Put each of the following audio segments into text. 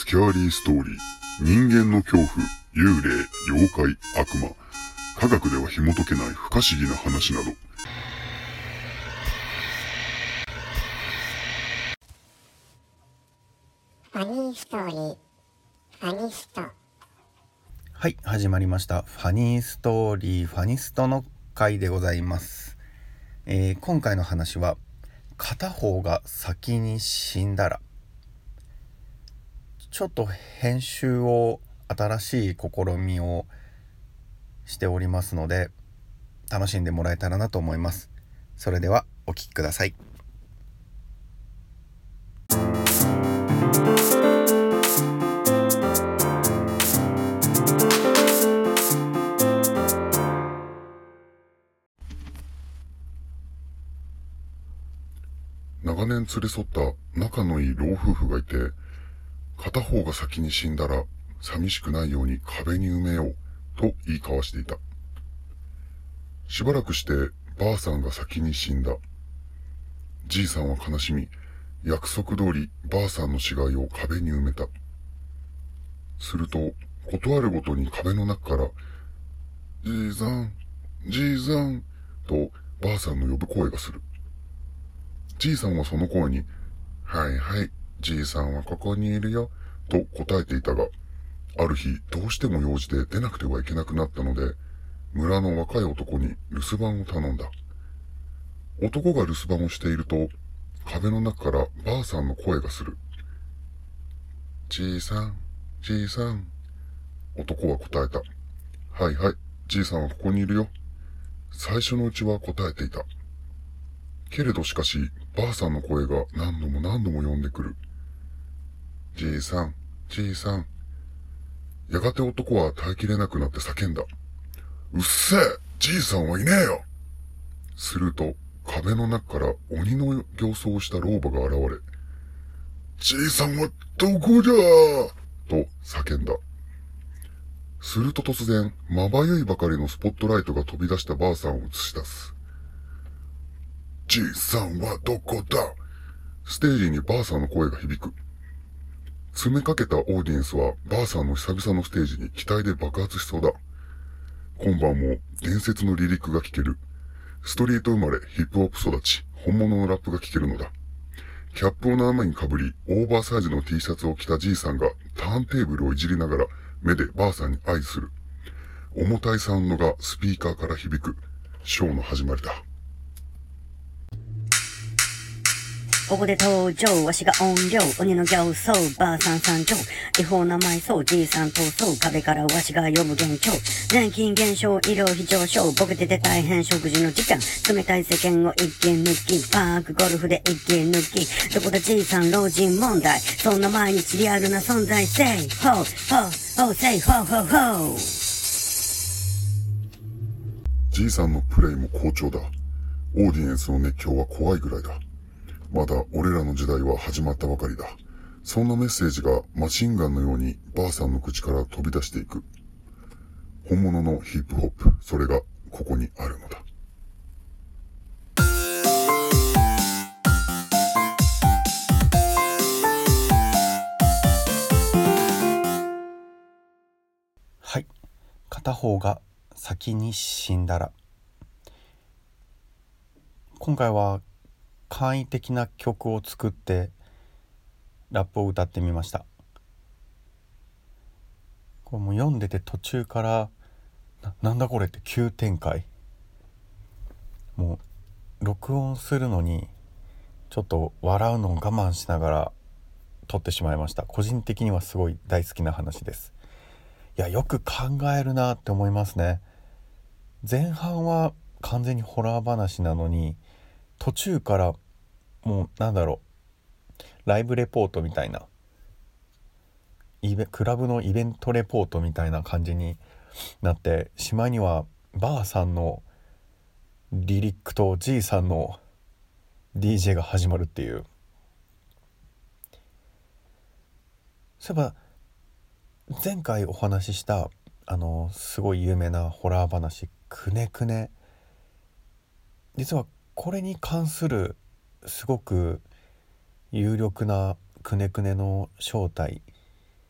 スキャーリーストーリー、人間の恐怖、幽霊、妖怪、悪魔、科学では紐解けない不可思議な話など。 ファニーストーリー、ファニスト。 はい、始まりました。ファニーストーリー、ファニストの回でございます。今回の話は、片方が先に死んだら。ちょっと編集を新しい試みをしておりますので、楽しんでもらえたらなと思います。それではお聞きください。 長年連れ添った仲のいい老夫婦がいて、片方が先に死んだら寂しくないように壁に埋めようと言い交わしていた。しばらくしてばあさんが先に死んだ。じいさんは悲しみ、約束通りばあさんの死骸を壁に埋めた。すると、ことあるごとに壁の中から、じいさん、じいさん、とばあさんの呼ぶ声がする。じいさんはその声に、はいはい、じいさんはここにいるよ、と答えていたが、ある日どうしても用事で出なくてはいけなくなったので、村の若い男に留守番を頼んだ。男が留守番をしていると、壁の中からばあさんの声がする。じいさん、じいさん。男は答えた。はいはい、じいさんはここにいるよ。最初のうちは答えていた。けれどしかし、ばあさんの声が何度も何度も呼んでくる。じいさん、じいさん。やがて男は耐えきれなくなって叫んだ。うっせえ、じいさんはいねえよ。すると、壁の中から鬼の形相をした老婆が現れ、じいさんはどこじゃと叫んだ。すると突然、まばゆいばかりのスポットライトが飛び出したばあさんを映し出す。じいさんはどこだ。ステージにばあさんの声が響く。詰めかけたオーディエンスはばあさんの久々のステージに期待で爆発しそうだ。今晩も伝説のリリックが聴ける。ストリート生まれヒップホップ育ち、本物のラップが聴けるのだ。キャップを斜めにかぶり、オーバーサイズの T シャツを着たじいさんがターンテーブルをいじりながら目でばあさんに合図する。重たいサウンドがスピーカーから響く。ショーの始まりだ。 ここで登場、わしが音量、鬼の形相、ばあさん参上、違法な埋葬、じいさん逃走、壁からわしが呼ぶ幻聴、年金減少、医療費上昇、ボケてて大変食事の時間、冷たい世間を一気抜き、パークゴルフで一気抜き、どこだじいさん老人問題、そんな毎日リアルな存在、せい、ほう、ほう、ほう、せい、ほう、ほう、ほう。 じいさんのプレイも好調だ。オーディエンスの熱狂は怖いぐらいだ。まだ俺らの時代は始まったばかりだ。そんなメッセージがマシンガンのようにばあさんの口から飛び出していく。本物のヒップホップ、それがここにあるのだ。 はい、片方が先に死んだら。今回は簡易的な曲を作ってラップを歌ってみました。これもう読んでて途中からなんだこれって急展開。もう録音するのにちょっと笑うのを我慢しながら撮ってしまいました。個人的にはすごい大好きな話です。いや、よく考えるなって思いますね。前半は完全にホラー話なのに、途中からもうライブレポートみたいな、クラブのイベントレポートみたいな感じになって、しまいにはばあさんのリリックとじいさんの DJ が始まるっていう。そういえば前回お話ししたすごい有名なホラー話、くねくね、実はこれに関するすごく有力なくねくねの正体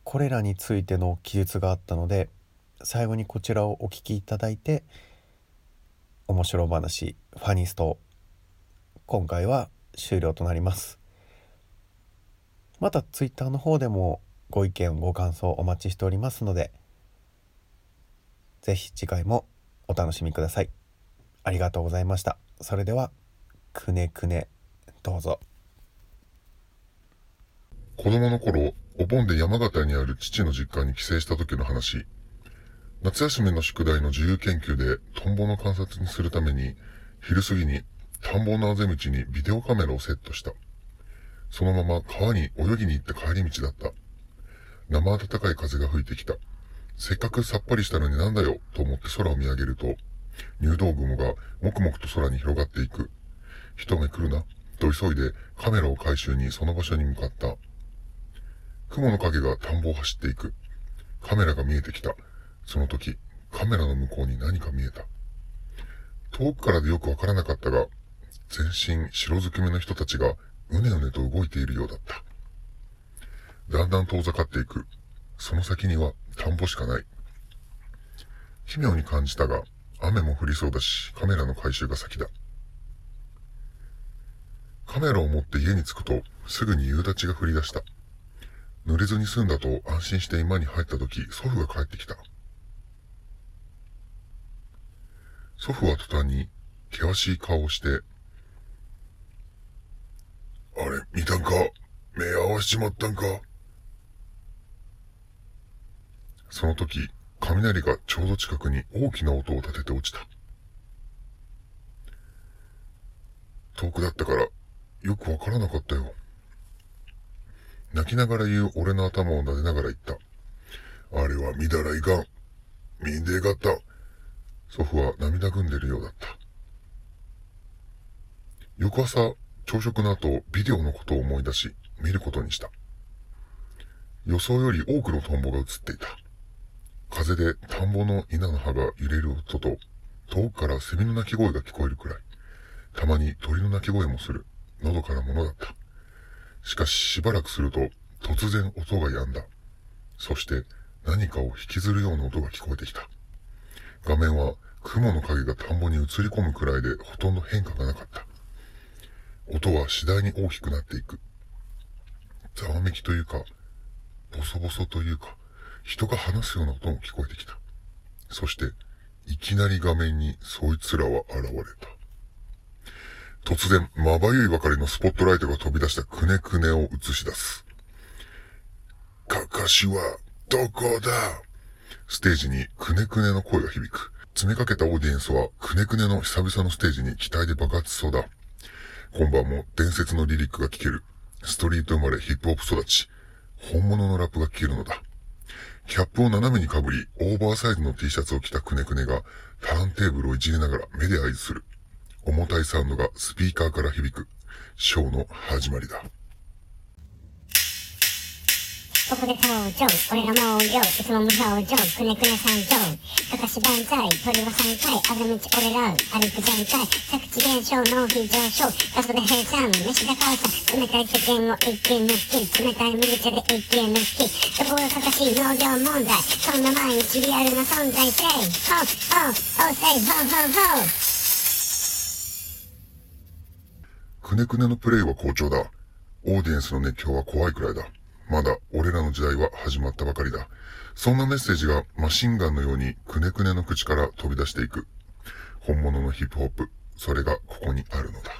これらについての記述があったので、最後にこちらをお聞きいただいて、面白話ファニスト今回は終了となります。またツイッターの方でもご意見ご感想お待ちしておりますので、ぜひ次回もお楽しみください。ありがとうございました。それではくねくねどうぞ。 子供の頃、お盆で山形にある父の実家に帰省した時の話。夏休みの宿題の自由研究でトンボの観察にするために、昼過ぎに田んぼのあぜ道にビデオカメラをセットした。そのまま川に泳ぎに行って帰り道だった。生暖かい風が吹いてきた。せっかくさっぱりしたのになんだよと思って空を見上げると、入道雲がもくもくと空に広がっていく。一目来るなと急いでカメラを回収にその場所に向かった。雲の影が田んぼを走っていく。カメラが見えてきた。その時、カメラの向こうに何か見えた。遠くからでよくわからなかったが、全身白ずくめの人たちがうねうねと動いているようだった。だんだん遠ざかっていく。その先には田んぼしかない。奇妙に感じたが、雨も降りそうだし、カメラの回収が先だ。カメラを持って家に着くと、すぐに夕立が降り出した。濡れずに済んだと安心して居間に入った時、祖父が帰ってきた。祖父は途端に険しい顔をして、あれ、見たんか？目合わしちまったんか？その時、雷がちょうど近くに大きな音を立てて落ちた。遠くだったから、よくわからなかったよ。泣きながら言う俺の頭を撫でながら言った。あれは見たらいかん。見んでえかった。祖父は涙ぐんでるようだった。翌朝、朝食の後、ビデオのことを思い出し、見ることにした。予想より多くのトンボが映っていた。風で田んぼの稲の葉が揺れる音と、遠くからセミの鳴き声が聞こえるくらい、たまに鳥の鳴き声もする、のどかなものだった。しかししばらくすると、突然音が止んだ。そして何かを引きずるような音が聞こえてきた。画面は雲の影が田んぼに映り込むくらいでほとんど変化がなかった。音は次第に大きくなっていく。ざわめきというか、ボソボソというか、人が話すような音も聞こえてきた。そして、いきなり画面にそいつらは現れた。突然、まばゆいばかりのスポットライトが飛び出したくねくねを映し出す。かかしは、どこだ？ステージにくねくねの声が響く。詰めかけたオーディエンスはくねくねの久々のステージに期待で爆発しそうだ。今晩も伝説のリリックが聴ける。ストリート生まれヒップホップ育ち。本物のラップが聴けるのだ。キャップを斜めにかぶり、オーバーサイズの T シャツを着たくねくねがターンテーブルをいじりながら目で合図する。重たいサウンドがスピーカーから響く。ショーの始まりだ。 ここで登場、俺らもうよ、いつも無表情、くねくね参上。かかし万歳、鳥は3回、あぜ道俺ら、歩く全開。着地現象、納品上昇、ガソで閉山、飯田母さん、冷たい世間を一気抜き、冷たい麦茶で一気抜き。どこがかかし農業問題、そんな毎日リアルな存在性。ほう、ほう、ほう、せい、ほう、ほう、ほう。 くねくねのプレイは好調だ。オーディエンスの熱狂は怖いくらいだ。まだ俺らの時代は始まったばかりだ。そんなメッセージがマシンガンのようにくねくねの口から飛び出していく。本物のヒップホップ、それがここにあるのだ。